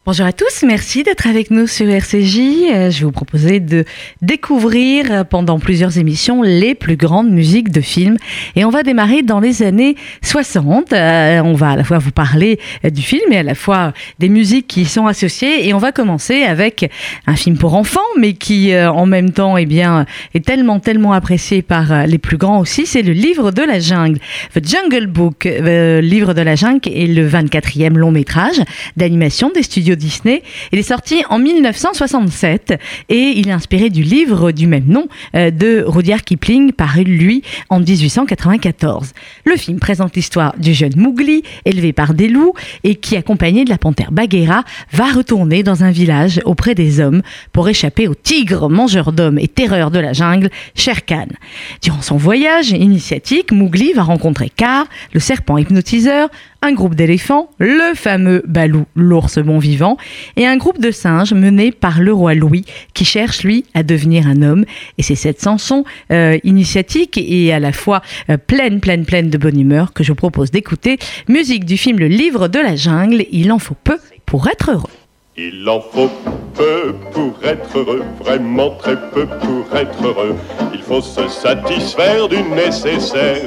Bonjour à tous, merci d'être avec nous sur RCJ. Je vais vous proposer de découvrir pendant plusieurs émissions les plus grandes musiques de films. Et on va démarrer dans les années 60. On va à la fois vous parler du film et à la fois des musiques qui y sont associées. Et on va commencer avec un film pour enfants, mais qui en même temps est tellement apprécié par les plus grands aussi. C'est Le Livre de la Jungle. The Jungle Book, Le Livre de la Jungle, est le 24e long métrage d'animation des studios Disney. Il est sorti en 1967 et il est inspiré du livre du même nom de Rudyard Kipling, paru lui en 1894. Le film présente l'histoire du jeune Mowgli, élevé par des loups et qui, accompagné de la panthère Bagheera, va retourner dans un village auprès des hommes pour échapper au tigre mangeur d'hommes et terreur de la jungle, Shere Khan. Durant son voyage initiatique, Mowgli va rencontrer Kaa, le serpent hypnotiseur, un groupe d'éléphants, le fameux Balou, l'ours bon vivant, et un groupe de singes mené par le roi Louis, qui cherche, lui, à devenir un homme. Et c'est cette chanson initiatique et à la fois pleine de bonne humeur que je vous propose d'écouter. Musique du film Le Livre de la Jungle, il en faut peu pour être heureux. Il en faut peu pour être heureux, vraiment très peu pour être heureux. Il faut se satisfaire du nécessaire.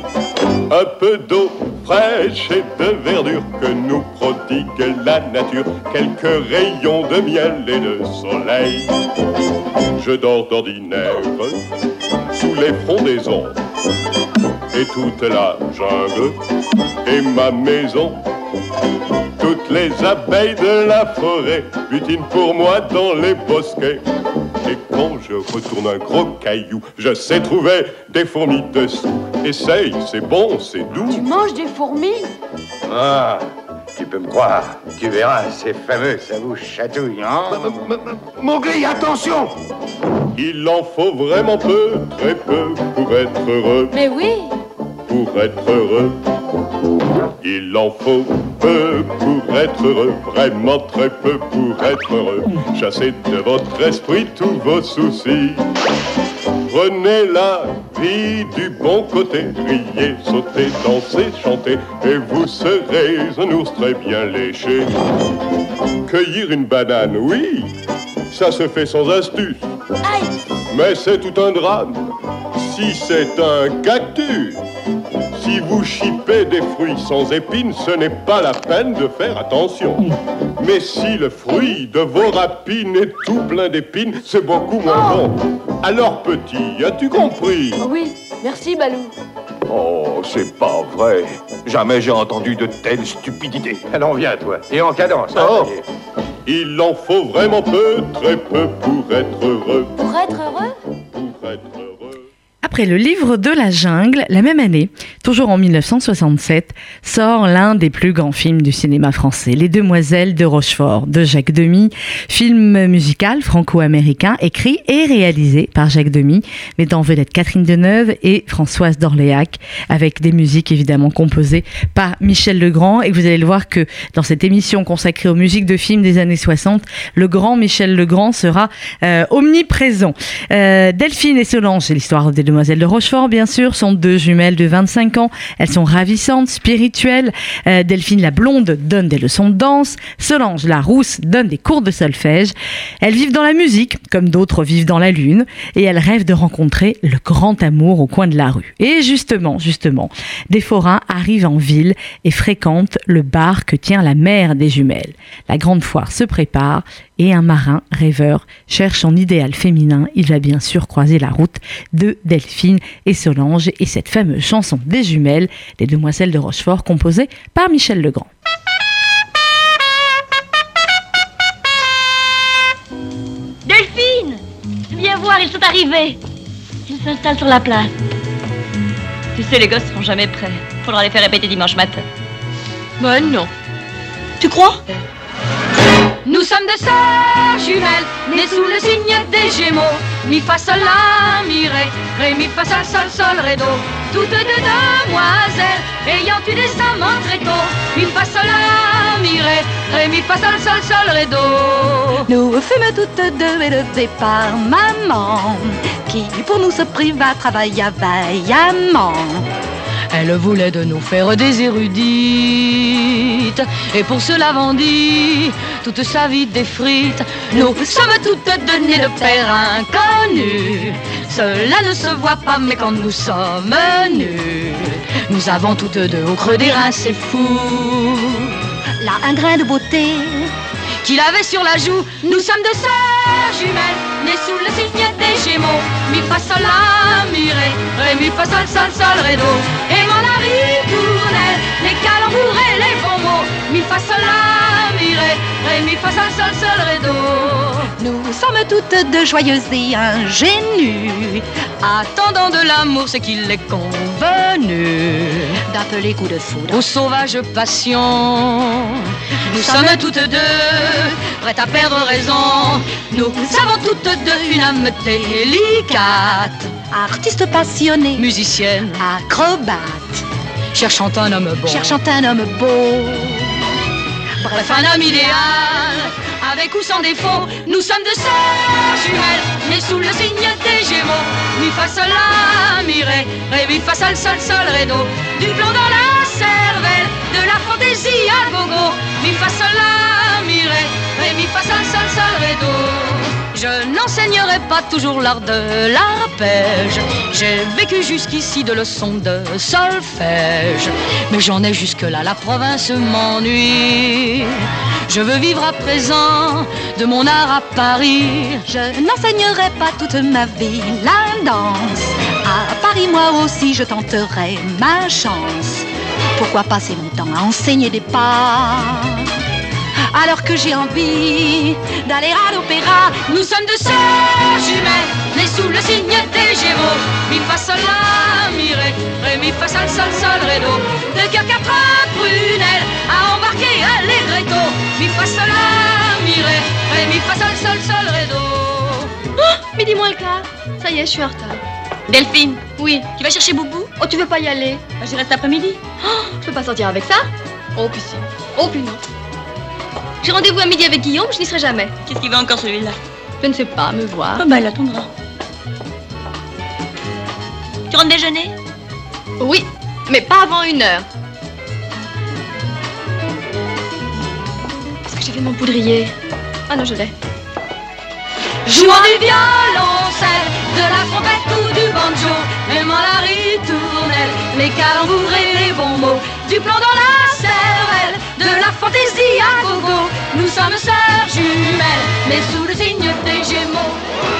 Un peu d'eau fraîche et de verdure que nous prodigue la nature. Quelques rayons de miel et de soleil. Je dors d'ordinaire sous les frondaisons. Et toute la jungle est ma maison. Toutes les abeilles de la forêt butinent pour moi dans les bosquets. Et quand je retourne un gros caillou, je sais trouver des fourmis dessous. Essaye, c'est bon, c'est doux. Tu manges des fourmis? Ah, tu peux me croire. Tu verras, c'est fameux, ça vous chatouille, hein? Mowgli, attention! Il en faut vraiment peu, très peu, pour être heureux. Mais oui! Pour être heureux. Il en faut peu pour être heureux, vraiment très peu pour être heureux. Chassez de votre esprit tous vos soucis. Prenez la vie du bon côté, riez, sautez, dansez, chantez, et vous serez un ours très bien léché. Cueillir une banane, oui, ça se fait sans astuce. Mais c'est tout un drame si c'est un cactus. Si vous chipez des fruits sans épines, ce n'est pas la peine de faire attention. Mais si le fruit de vos rapines est tout plein d'épines, c'est beaucoup moins bon. Alors petit, as-tu compris? Oui, merci Balou. Oh, c'est pas vrai. Jamais j'ai entendu de telles stupidités. Allons, viens, toi. Et en cadence. Oh. Il en faut vraiment peu, très peu pour être heureux. Pour être heureux? Pour être heureux. Après Le Livre de la Jungle, la même année, toujours en 1967, sort l'un des plus grands films du cinéma français, Les Demoiselles de Rochefort, de Jacques Demy, film musical franco-américain, écrit et réalisé par Jacques Demy, mettant en vedette Catherine Deneuve et Françoise d'Orléac, avec des musiques évidemment composées par Michel Legrand. Et vous allez le voir que dans cette émission consacrée aux musiques de films des années 60, le grand Michel Legrand sera omniprésent. Delphine et Solange, c'est l'histoire des Demoiselles de Rochefort, bien sûr, sont deux jumelles de 25 ans. Elles sont ravissantes, spirituelles. Delphine, la blonde, donne des leçons de danse. Solange, la rousse, donne des cours de solfège. Elles vivent dans la musique, comme d'autres vivent dans la lune. Et elles rêvent de rencontrer le grand amour au coin de la rue. Et justement, des forains arrivent en ville et fréquentent le bar que tient la mère des jumelles. La grande foire se prépare et un marin rêveur cherche son idéal féminin. Il va bien sûr croiser la route de Delphine et Solange et cette fameuse chanson des jumelles, Les Demoiselles de Rochefort, composée par Michel Legrand. Delphine, viens voir, ils sont arrivés. Ils s'installent sur la place. Tu sais, les gosses seront jamais prêts. Faudra les faire répéter dimanche matin. Ben non. Tu crois? Nous sommes deux sœurs jumelles, nées sous le signe des Gémeaux. Mi fa sol la mi ré mi fa sol sol sol ré do. Toutes deux demoiselles, ayant eu des amants très tôt. Mi fa sol la mi ré mi fa sol sol sol ré do. Nous fûmes toutes deux élevées par maman, qui pour nous se priva travailla vaillamment. Elle voulait de nous faire des érudites, et pour cela vendit toute sa vie des frites. Nous sommes toutes données de père inconnu. Cela ne se voit pas, mais quand nous sommes nus, nous avons toutes deux au creux des reins, c'est fou. Là, un grain de beauté qu'il avait sur la joue. Nous sommes deux sœurs jumelles, nées sous le signe des Gémeaux. Mi fa sol la mi ré, ré mi fa sol sol sol ré do. Aimant la ritournelle, les calembours et les bons mots. Mi fa sol la mi ré, ré mi fa sol sol sol ré do. Nous sommes toutes deux joyeuses et ingénues, attendant de l'amour ce qu'il est convenu d'appeler coup de foudre aux sauvages passions. Nous sommes toutes deux prêtes à perdre raison. Nous avons toutes deux une âme délicate, artiste passionné, musicienne, acrobate, cherchant un homme beau, bref un homme idéal, avec ou sans défaut. Nous sommes deux sœurs jumelles, nées sous le signe des Gémeaux. Mi fa sol la mi ré, ré mi fa sol sol sol ré do. Du plomb dans la cervelle, de la fantaisie à gogo. Mi fa sol la mi ré, ré mi fa sol sol sol ré do. Je n'enseignerai pas toujours l'art de l'arpège. J'ai vécu jusqu'ici de leçons de solfège, mais j'en ai jusque-là, la province m'ennuie. Je veux vivre à présent de mon art à Paris. Je n'enseignerai pas toute ma vie la danse. À Paris, moi aussi, je tenterai ma chance. Pourquoi passer mon temps à enseigner des pas, alors que j'ai envie d'aller à l'opéra? Nous sommes deux sœurs jumelles, nées sous le signe des Gémeaux. Mi fa sol la mi ré, ré mi fa sol sol sol ré do. De cœur quatre prunelles à embarquer allegretto. Mi fa sol la mi ré, ré mi fa sol sol sol ré do. Oh, midi moins le quart. Ça y est, je suis en retard. Delphine, Oui. tu vas chercher Boubou? Oh, tu veux pas y aller? Bah, j'y reste après-midi. Oh, je peux pas sortir avec ça? Oh, puis si. Oh, puis non. J'ai rendez-vous à midi avec Guillaume, je n'y serai jamais. Qu'est-ce qu'il veut encore celui-là? Je ne sais pas, me voir. Oh bah, il attendra. Tu rentres déjeuner? Oui, mais pas avant 1 heure. Est-ce que j'ai fait mon poudrier? Ah non, je l'ai. Jouant du violoncelle, de la trompette ou du banjo, aimant la ritournelle, les calembours et les bons mots, du plomb dans la cervelle, de la fantaisie à gogo. Nous sommes sœurs jumelles, mais sous le signe des Gémeaux.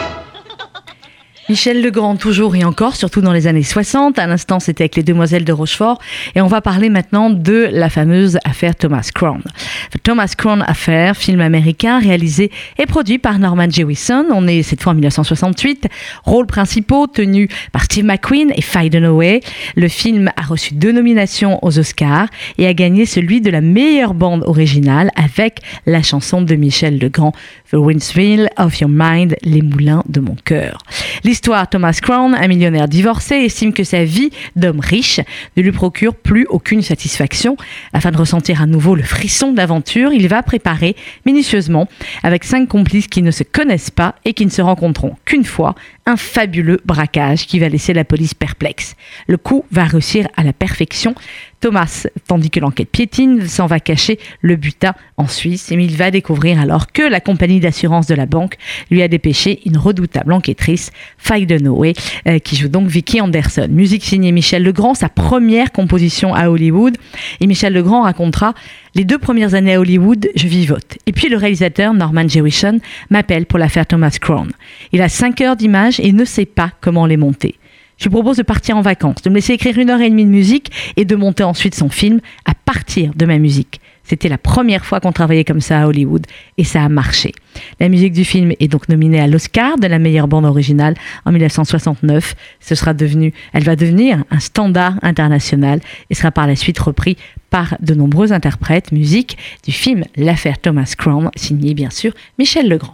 Michel Legrand, toujours et encore, surtout dans les années 60. À l'instant, c'était avec les Demoiselles de Rochefort. Et on va parler maintenant de la fameuse affaire Thomas Crown. The Thomas Crown Affair, film américain réalisé et produit par Norman Jewison. On est cette fois en 1968. Rôles principaux tenus par Steve McQueen et Faye Dunaway. Le film a reçu 2 nominations aux Oscars et a gagné celui de la meilleure bande originale avec la chanson de Michel Legrand, The Windmill of Your Mind, Les moulins de mon cœur. L'histoire, Thomas Crown, un millionnaire divorcé, estime que sa vie d'homme riche ne lui procure plus aucune satisfaction. Afin de ressentir à nouveau le frisson d'aventure, il va préparer minutieusement, avec 5 complices qui ne se connaissent pas et qui ne se rencontreront qu'une fois, un fabuleux braquage qui va laisser la police perplexe. Le coup va réussir à la perfection. Thomas, tandis que l'enquête piétine, s'en va cacher le butin en Suisse, et il va découvrir alors que la compagnie d'assurance de la banque lui a dépêché une redoutable enquêtrice, Faye Dunaway, qui joue donc Vicky Anderson. Musique signée Michel Legrand, sa première composition à Hollywood, et Michel Legrand racontera: les 2 premières années à Hollywood, je vivote. Et puis le réalisateur Norman Jewison m'appelle pour l'affaire Thomas Crown. Il a 5 heures d'images et ne sait pas comment les monter. Je lui propose de partir en vacances, de me laisser écrire 1h30 de musique et de monter ensuite son film à partir de ma musique. C'était la première fois qu'on travaillait comme ça à Hollywood et ça a marché. La musique du film est donc nominée à l'Oscar de la meilleure bande originale en 1969. Elle va devenir un standard international et sera par la suite repris par de nombreux interprètes. Musique du film L'affaire Thomas Crown, signé bien sûr Michel Legrand.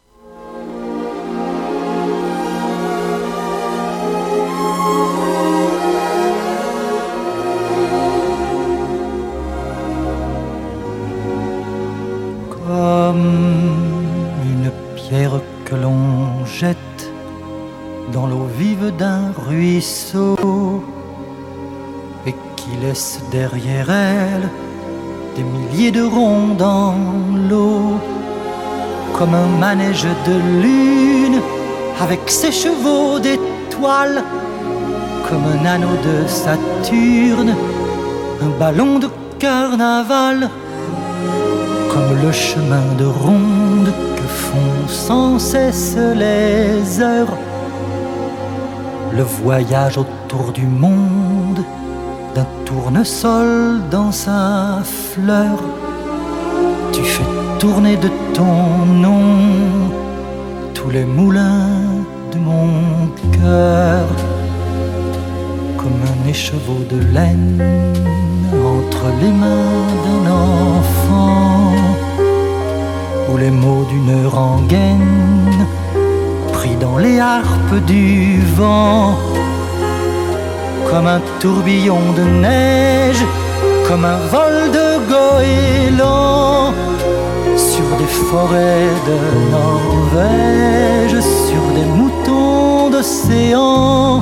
Comme une pierre que l'on jette dans l'eau vive d'un ruisseau et qui laisse derrière elle des milliers de ronds dans l'eau, comme un manège de lune avec ses chevaux d'étoiles, comme un anneau de Saturne, un ballon de carnaval, comme le chemin de ronde que font sans cesse les heures, le voyage autour du monde d'un tournesol dans sa fleur. Tu fais tourner de ton nom tous les moulins de mon cœur, comme un écheveau de laine entre les mains d'un enfant, ou les mots d'une rengaine pris dans les harpes du vent, comme un tourbillon de neige, comme un vol de goéland sur des forêts de Norvège, sur des moutons d'océan,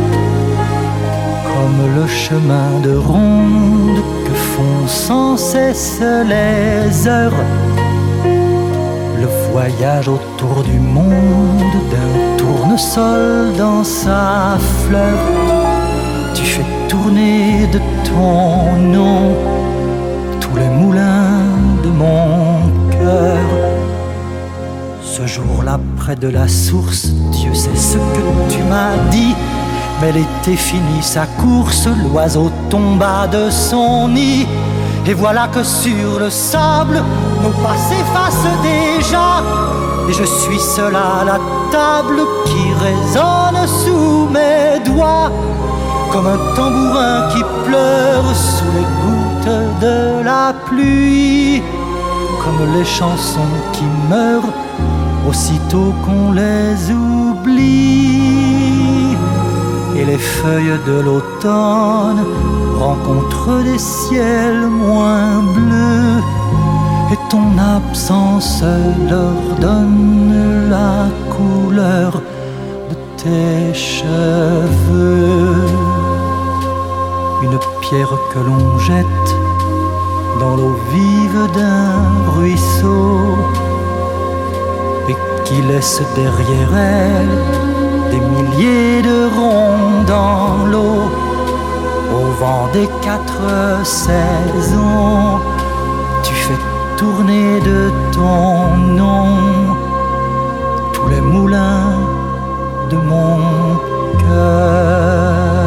comme le chemin de ronde que font sans cesse les heures, le voyage autour du monde d'un tournesol dans sa fleur. Tu fais tourner de ton nom tous les moulins de mon cœur. Ce jour-là, près de la source, Dieu sait ce que tu m'as dit, mais l'été finit sa course, l'oiseau tomba de son nid, et voilà que sur le sable, nos pas s'effacent déjà, et je suis seul à la table qui résonne sous mes doigts, comme un tambourin qui pleure sous les gouttes de la pluie, comme les chansons qui meurent aussitôt qu'on les oublie, et les feuilles de l'automne rencontrent des ciels moins bleus, et ton absence leur donne la couleur de tes cheveux. Une pierre que l'on jette dans l'eau vive d'un ruisseau, et qui laisse derrière elle des milliers de ronds dans l'eau, au vent des 4 saisons. Tu fais tourner de ton nom tous les moulins de mon cœur.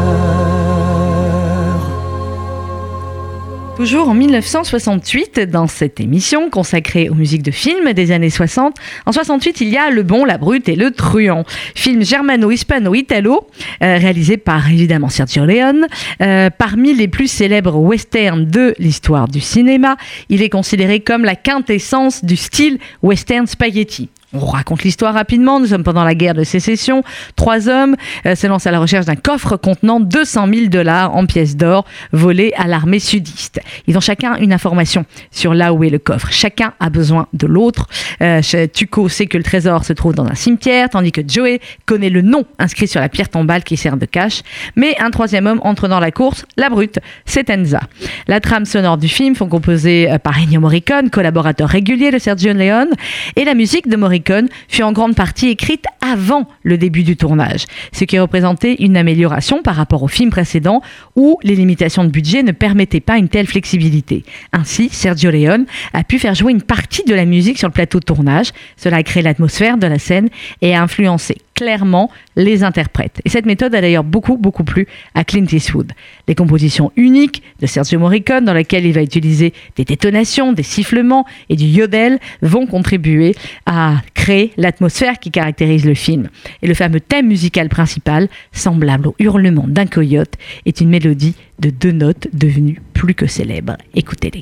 Toujours en 1968, dans cette émission consacrée aux musiques de films des années 60. En 68, il y a Le Bon, la Brute et le Truand. Film germano-hispano-italo, réalisé par évidemment Sergio Leone. Parmi les plus célèbres westerns de l'histoire du cinéma, il est considéré comme la quintessence du style western spaghetti. On raconte l'histoire rapidement. Nous sommes pendant la guerre de sécession. 3 hommes se lancent à la recherche d'un coffre contenant $200 000 en pièces d'or volées à l'armée sudiste. Ils ont chacun une information sur là où est le coffre. Chacun a besoin de l'autre. Tuco sait que le trésor se trouve dans un cimetière, tandis que Joey connaît le nom inscrit sur la pierre tombale qui sert de cache. Mais un 3e homme entre dans la course, la brute, c'est Enza. La trame sonore du film sont composées par Ennio Morricone, collaborateur régulier de Sergio Leone, et la musique de Morricone fut en grande partie écrite avant le début du tournage, ce qui représentait une amélioration par rapport au film précédent où les limitations de budget ne permettaient pas une telle flexibilité. Ainsi, Sergio Leone a pu faire jouer une partie de la musique sur le plateau de tournage. Cela a créé l'atmosphère de la scène et a influencé clairement les interprètes. Et cette méthode a d'ailleurs beaucoup plu à Clint Eastwood. Les compositions uniques de Sergio Morricone, dans lesquelles il va utiliser des détonations, des sifflements et du yodel, vont contribuer à créer l'atmosphère qui caractérise le film. Et le fameux thème musical principal, semblable au hurlement d'un coyote, est une mélodie de 2 notes devenue plus que célèbre. Écoutez-les.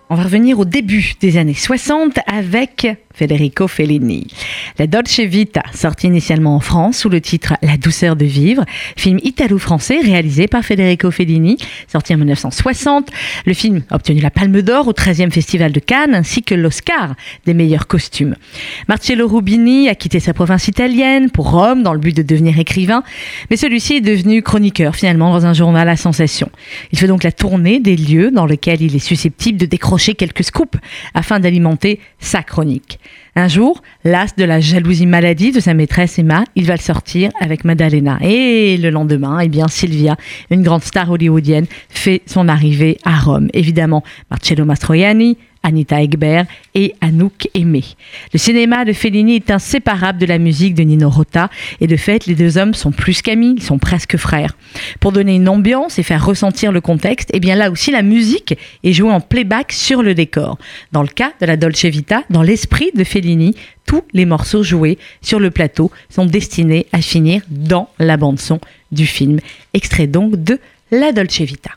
On va revenir au début des années 60 avec Federico Fellini. La Dolce Vita, sortie initialement en France sous le titre La douceur de vivre, film italo-français réalisé par Federico Fellini, sorti en 1960. Le film a obtenu la Palme d'Or au 13e Festival de Cannes ainsi que l'Oscar des meilleurs costumes. Marcello Rubini a quitté sa province italienne pour Rome dans le but de devenir écrivain, mais celui-ci est devenu chroniqueur finalement dans un journal à sensation. Il fait donc la tournée des lieux dans lesquels il est susceptible de décrocher quelques scoops afin d'alimenter sa chronique. Un jour, las de la jalousie maladive de sa maîtresse Emma, il va le sortir avec Maddalena. Et le lendemain, eh bien, Silvia, une grande star hollywoodienne, fait son arrivée à Rome. Évidemment, Marcello Mastroianni, Anita Ekberg et Anouk Aimé. Le cinéma de Fellini est inséparable de la musique de Nino Rota et de fait, les deux hommes sont plus qu'amis, ils sont presque frères. Pour donner une ambiance et faire ressentir le contexte, eh bien là aussi la musique est jouée en playback sur le décor. Dans le cas de la Dolce Vita, dans l'esprit de Fellini, tous les morceaux joués sur le plateau sont destinés à finir dans la bande-son du film. Extrait donc de la Dolce Vita.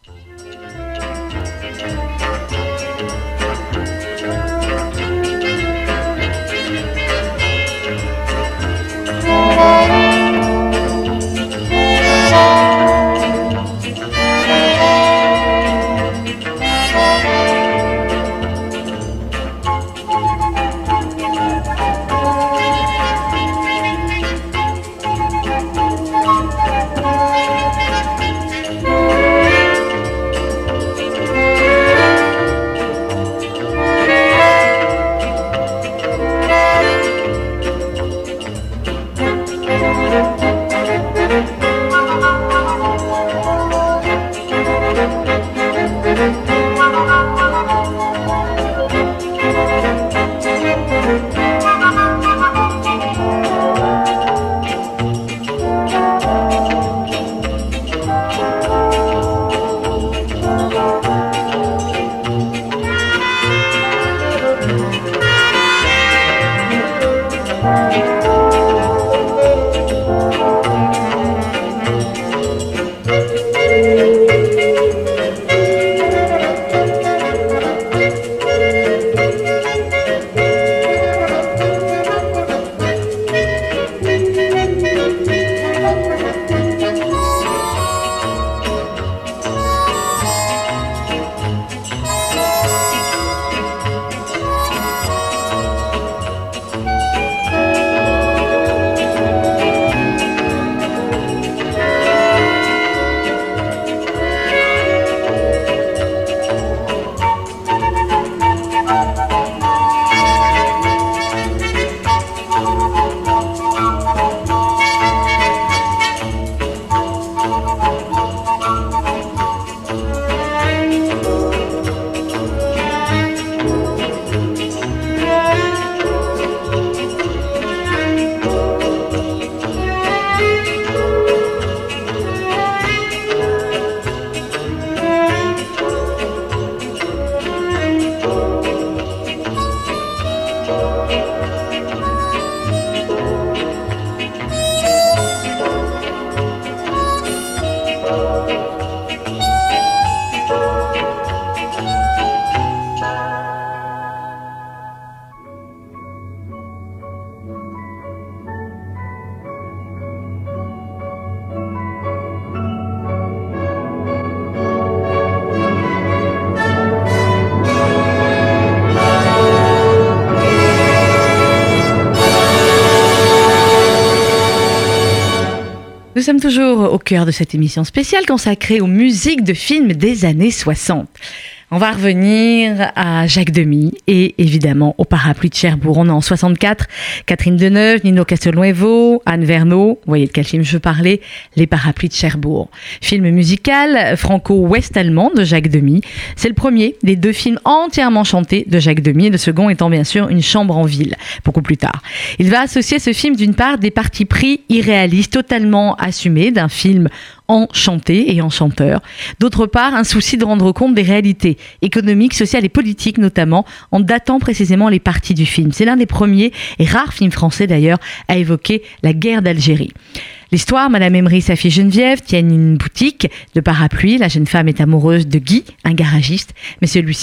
Nous sommes toujours au cœur de cette émission spéciale consacrée aux musiques de films des années 60. On va revenir à Jacques Demy et évidemment au Parapluie de Cherbourg. On est en 64. Catherine Deneuve, Nino Castelnuovo, Anne Vernaux. Vous voyez de quel film je parlais? Les Parapluies de Cherbourg. Film musical franco-ouest-allemand de Jacques Demy. C'est le premier des deux films entièrement chantés de Jacques Demy et le second étant bien sûr Une chambre en ville, beaucoup plus tard. Il va associer ce film d'une part des partis pris irréalistes totalement assumés d'un film en chanté et en chanteur. D'autre part, un souci de rendre compte des réalités économiques, sociales et politiques notamment, en datant précisément les parties du film. C'est l'un des premiers et rares films français d'ailleurs à évoquer la guerre d'Algérie. L'histoire, Madame Emery, sa fille Geneviève, tiennent une boutique de parapluies. La jeune femme est amoureuse de Guy, un garagiste, mais celui-ci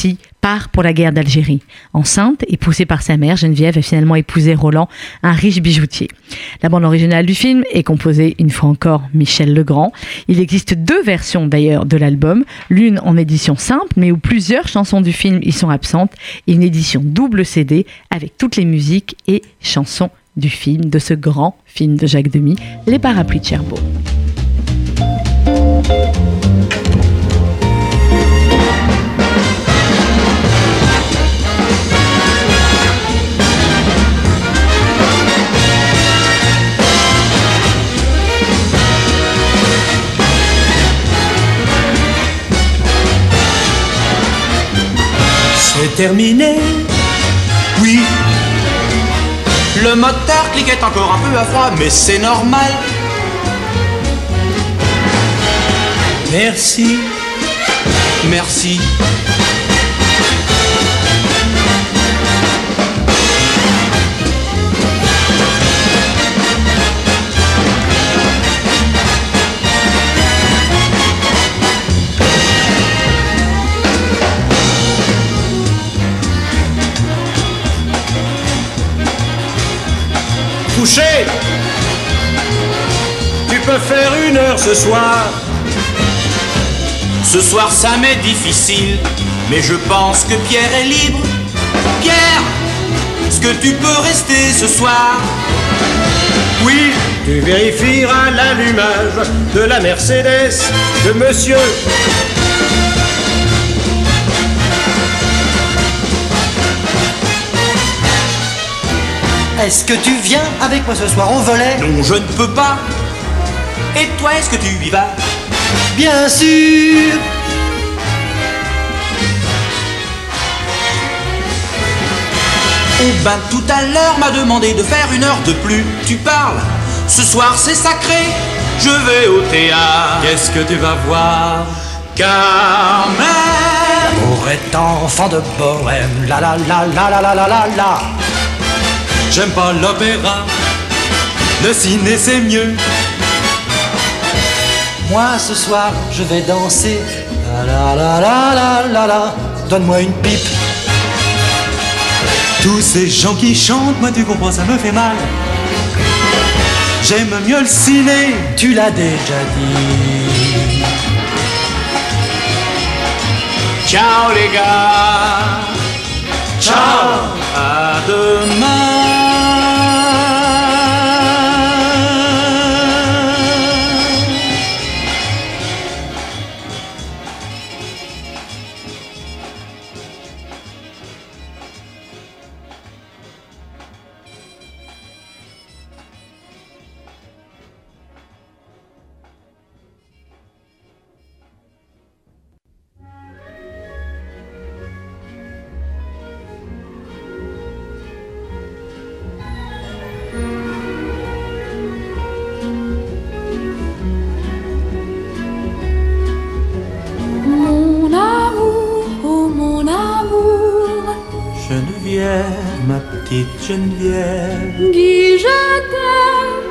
part pour la guerre d'Algérie. Enceinte et poussée par sa mère, Geneviève a finalement épousé Roland, un riche bijoutier. La bande originale du film est composée une fois encore Michel Legrand. Il existe 2 versions d'ailleurs de l'album, l'une en édition simple mais où plusieurs chansons du film y sont absentes et une édition double CD avec toutes les musiques et chansons du film, de ce grand film de Jacques Demy, Les Parapluies de Cherbourg. C'est terminé, oui. Le moteur cliquait encore un peu à froid, mais c'est normal. Merci, merci. Couché, tu peux faire 1 heure ce soir. Ce soir ça m'est difficile, mais je pense que Pierre est libre. Pierre, est-ce que tu peux rester ce soir? Oui, tu vérifieras l'allumage de la Mercedes de monsieur. Est-ce que tu viens avec moi ce soir au volet? Non, je ne peux pas. Et toi, est-ce que tu y vas? Bien sûr. Oh ben, tout à l'heure m'a demandé de faire 1 heure de plus. Tu parles? Ce soir c'est sacré, je vais au théâtre. Qu'est-ce que tu vas voir? Carmen. L'amour est enfant de bohème, la la la la la la la la la. J'aime pas l'opéra, le ciné c'est mieux. Moi ce soir je vais danser, la la la la la la la. Donne-moi une pipe. Tous ces gens qui chantent, moi tu comprends ça me fait mal. J'aime mieux le ciné. Tu l'as déjà dit. Ciao les gars. Ciao. À demain. Geneviève, ma petite Geneviève. Guy, je t'aime.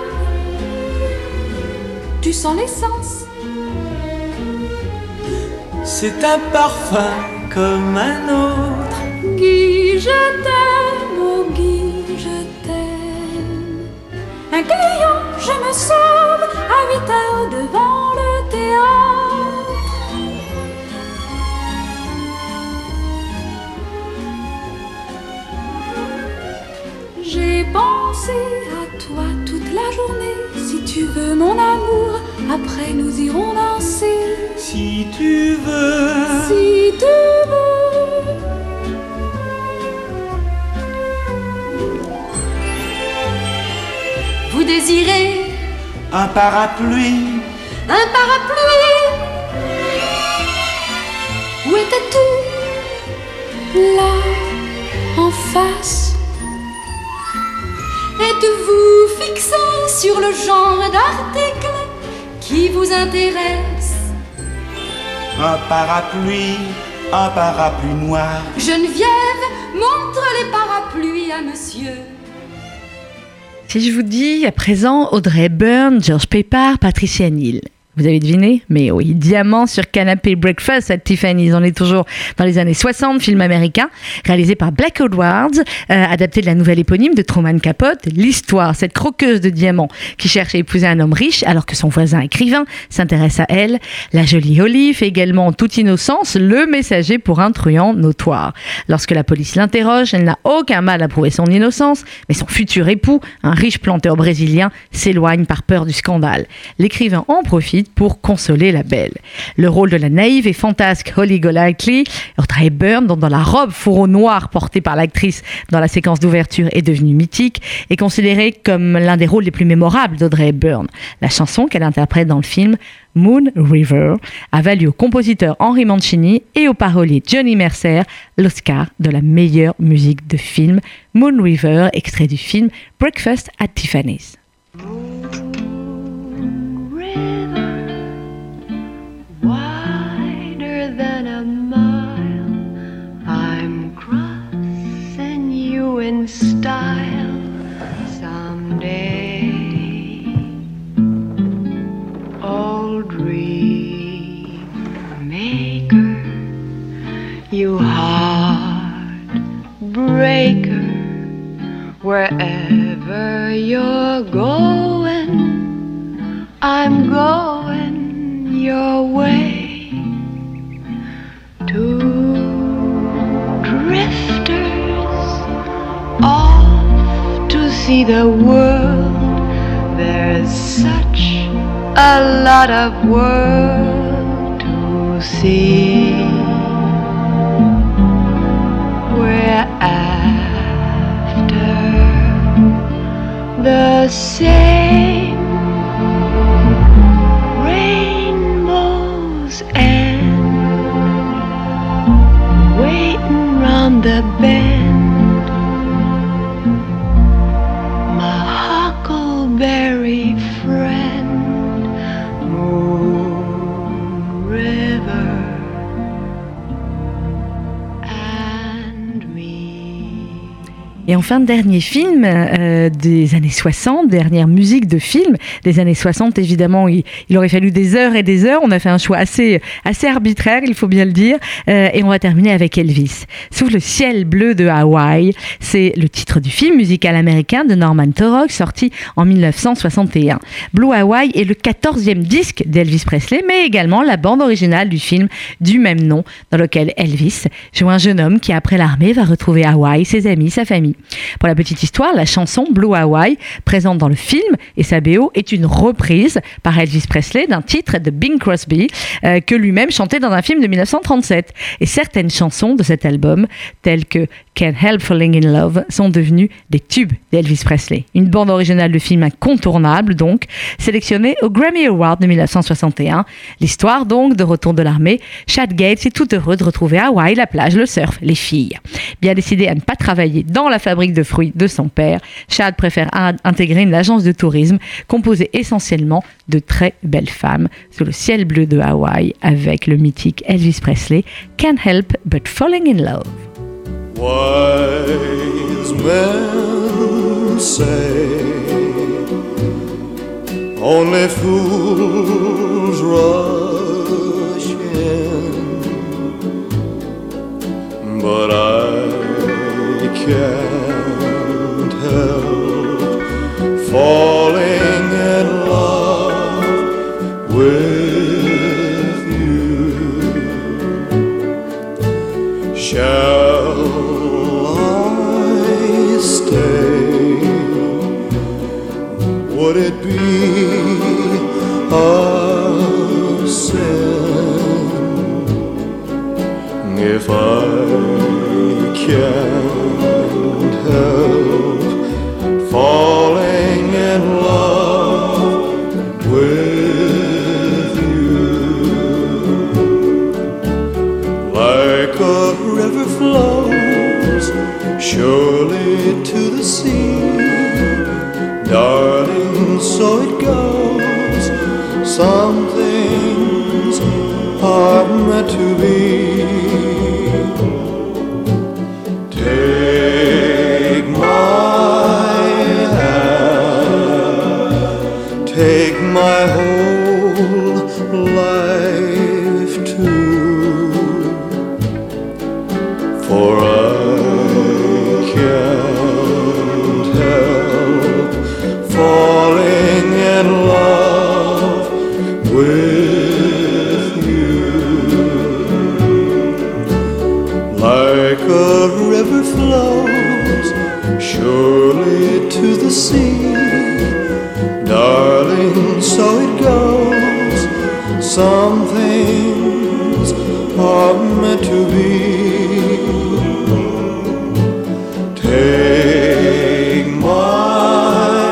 Tu sens l'essence. C'est un parfum comme un autre. Guy, je t'aime. Oh Guy, je t'aime. Un client, je me sauve à 8 heures devant le théâtre. J'ai pensé à toi toute la journée. Si tu veux mon amour, après nous irons danser. Si tu veux. Si tu veux. Vous désirez un parapluie. Un parapluie. Où étais-tu? Là, en face. Êtes-vous fixé sur le genre d'article qui vous intéresse? Un parapluie noir. Geneviève, montre les parapluies à monsieur. Si je vous dis à présent Audrey Hepburn, George Peppard, Patricia Neal. Vous avez deviné? Mais oui, Diamant sur canapé Breakfast at Tiffany's. On est toujours dans les années 60, film américain, réalisé par Blake Edwards, adapté de la nouvelle éponyme de Truman Capote. L'histoire, cette croqueuse de diamants qui cherche à épouser un homme riche alors que son voisin écrivain s'intéresse à elle. La jolie Holly fait également en toute innocence le messager pour un truand notoire. Lorsque la police l'interroge, elle n'a aucun mal à prouver son innocence, mais son futur époux, un riche planteur brésilien, s'éloigne par peur du scandale. L'écrivain en profite pour consoler la belle. Le rôle de la naïve et fantasque Holly Golightly, Audrey Hepburn, dont dans la robe fourreau noir portée par l'actrice dans la séquence d'ouverture est devenue mythique, est considéré comme l'un des rôles les plus mémorables d'Audrey Hepburn. La chanson qu'elle interprète dans le film Moon River a valu au compositeur Henry Mancini et au parolier Johnny Mercer l'Oscar de la meilleure musique de film. Moon River, extrait du film Breakfast at Tiffany's. Wider than a mile, I'm crossing you in style someday. Old dream maker, you heartbreaker, wherever you're going, I'm going your way. Two drifters off to see the world. There's such a lot of world to see. We're after the same rainbows and waiting round the bend. My huckleberry friend, Moon River. Et enfin, dernier film des années 60, dernière musique de film des années 60. Évidemment, il aurait fallu des heures et des heures. On a fait un choix assez arbitraire, il faut bien le dire. Et on va terminer avec Elvis. Sous le ciel bleu de Hawaï, c'est le titre du film musical américain de Norman Taurog, sorti en 1961. Blue Hawaii est le 14e disque d'Elvis Presley, mais également la bande originale du film du même nom, dans lequel Elvis joue un jeune homme qui, après l'armée, va retrouver Hawaï, ses amis, sa famille. Pour la petite histoire, la chanson Blue Hawaii, présente dans le film et sa BO, est une reprise par Elvis Presley d'un titre de Bing Crosby que lui-même chantait dans un film de 1937. Et certaines chansons de cet album, telles que Can't Help Falling in Love, sont devenues des tubes d'Elvis Presley. Une bande originale de film incontournable, donc, sélectionnée au Grammy Award de 1961. L'histoire, donc, de retour de l'armée. Chad Gates est tout heureux de retrouver Hawaï, la plage, le surf, les filles. Bien décidé à ne pas travailler dans la fabrique de fruits de son père, Chad préfère intégrer une agence de tourisme composée essentiellement de très belles femmes sous le ciel bleu de Hawaï avec le mythique Elvis Presley, Can't Help But Falling in Love. Wise men say only fools rush in, but I can't help falling in love with you. Shall I stay? Would it be a sin if I can't help falling in love with you? Like a river flows surely to the sea, darling, so it goes. Some things are meant to be. Take my hand, take my whole for I can't help falling in love with you. Like a river flows surely to the sea, darling, so it goes. Some things are meant to be. Take my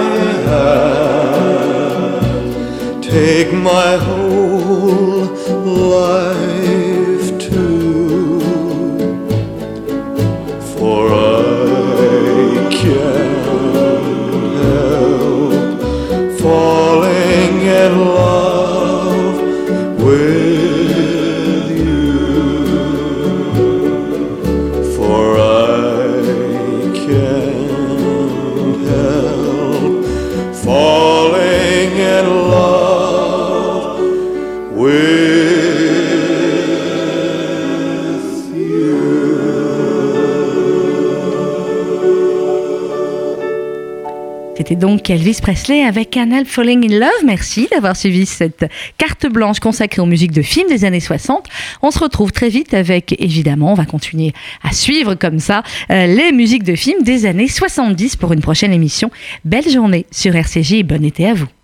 hand, take my whole life too, for I can't help falling in love with you, for I can't help falling in love with you. C'était donc Elvis Presley avec Can't Help Falling in Love. Merci d'avoir suivi cette carte blanche consacrée aux musiques de films des années 60. On se retrouve très vite avec, évidemment, on va continuer à suivre comme ça les musiques de films des années 70 pour une prochaine émission. Belle journée sur RCJ et bon été à vous.